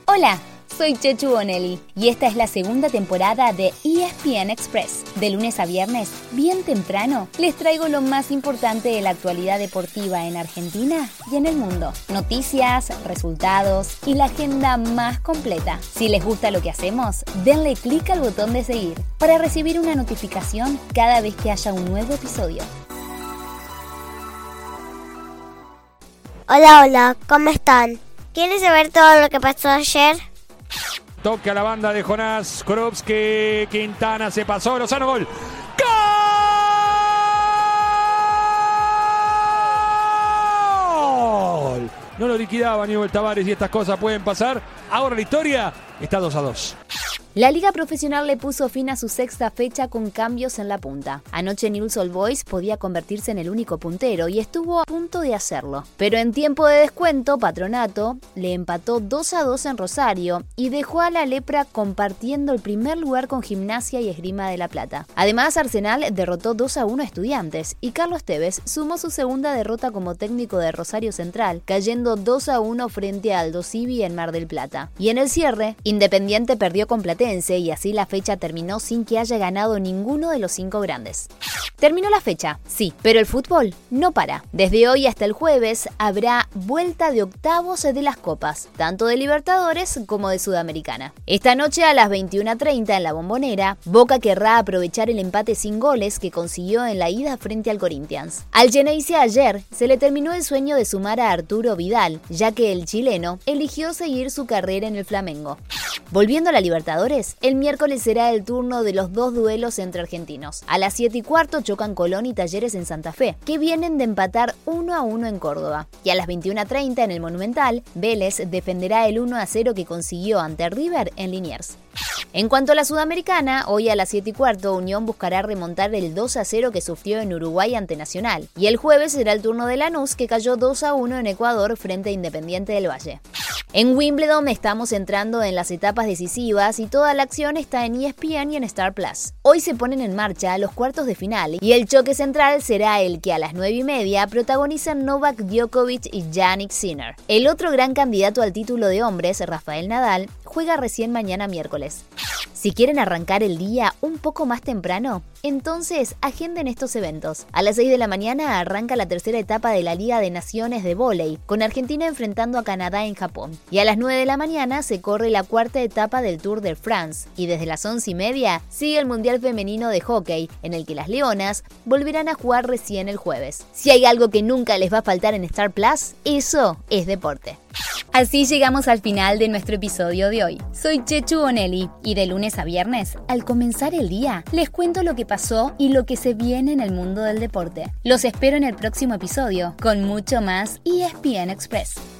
Hola, soy Chechu Bonelli y esta es la segunda temporada de ESPN Express. De lunes a viernes, bien temprano, les traigo lo más importante de la actualidad deportiva en Argentina y en el mundo. Noticias, resultados y la agenda más completa. Si les gusta lo que hacemos, denle clic al botón de seguir para recibir una notificación cada vez que haya un nuevo episodio. Hola, ¿cómo están? ¿Quieren saber todo lo que pasó ayer? Toca la banda de Jonás Korupski, Quintana se pasó, Lozano, gol. ¡Gol! No lo liquidaba Aníbal Tavares y estas cosas pueden pasar. Ahora la historia está 2-2. La Liga Profesional le puso fin a su sexta fecha con cambios en la punta. Anoche Newell's Old Boys podía convertirse en el único puntero y estuvo a punto de hacerlo. Pero en tiempo de descuento, Patronato le empató 2-2 en Rosario y dejó a la Lepra compartiendo el primer lugar con Gimnasia y Esgrima de La Plata. Además, Arsenal derrotó 2-1 a Estudiantes y Carlos Tevez sumó su segunda derrota como técnico de Rosario Central, cayendo 2-1 frente a Aldo Civi en Mar del Plata. Y en el cierre, Independiente perdió con Platense y así la fecha terminó sin que haya ganado ninguno de los 5 grandes. Terminó la fecha, sí, pero el fútbol no para. Desde hoy hasta el jueves habrá vuelta de octavos de las copas, tanto de Libertadores como de Sudamericana. Esta noche a las 21:30 en la Bombonera, Boca querrá aprovechar el empate sin goles que consiguió en la ida frente al Corinthians. Al Geneise ayer se le terminó el sueño de sumar a Arturo Vidal, ya que el chileno eligió seguir su carrera en el Flamengo. Volviendo a la Libertadores, el miércoles será el turno de los 2 duelos entre argentinos. A las 7:15 chocan Colón y Talleres en Santa Fe, que vienen de empatar 1-1 en Córdoba. Y a las 21:30 en el Monumental, Vélez defenderá el 1-0 que consiguió ante River en Liniers. En cuanto a la Sudamericana, hoy a las 7:15 Unión buscará remontar el 2-0 que sufrió en Uruguay ante Nacional. Y el jueves será el turno de Lanús, que cayó 2-1 en Ecuador frente a Independiente del Valle. En Wimbledon estamos entrando en las etapas decisivas y toda la acción está en ESPN y en Star Plus. Hoy se ponen en marcha los cuartos de final y el choque central será el que a las 9:30 protagonizan Novak Djokovic y Jannik Sinner. El otro gran candidato al título de hombres, Rafael Nadal, juega recién mañana miércoles. Si quieren arrancar el día un poco más temprano, entonces agenden estos eventos. A las 6 de la mañana arranca la tercera etapa de la Liga de Naciones de Vóley, con Argentina enfrentando a Canadá en Japón. Y a las 9 de la mañana se corre la cuarta etapa del Tour de France. Y desde las 11:30 sigue el Mundial Femenino de Hockey, en el que las Leonas volverán a jugar recién el jueves. Si hay algo que nunca les va a faltar en Star Plus, eso es deporte. Así llegamos al final de nuestro episodio de hoy. Soy Chechu Bonelli y de lunes a viernes, al comenzar el día, les cuento lo que pasó y lo que se viene en el mundo del deporte. Los espero en el próximo episodio con mucho más ESPN Express.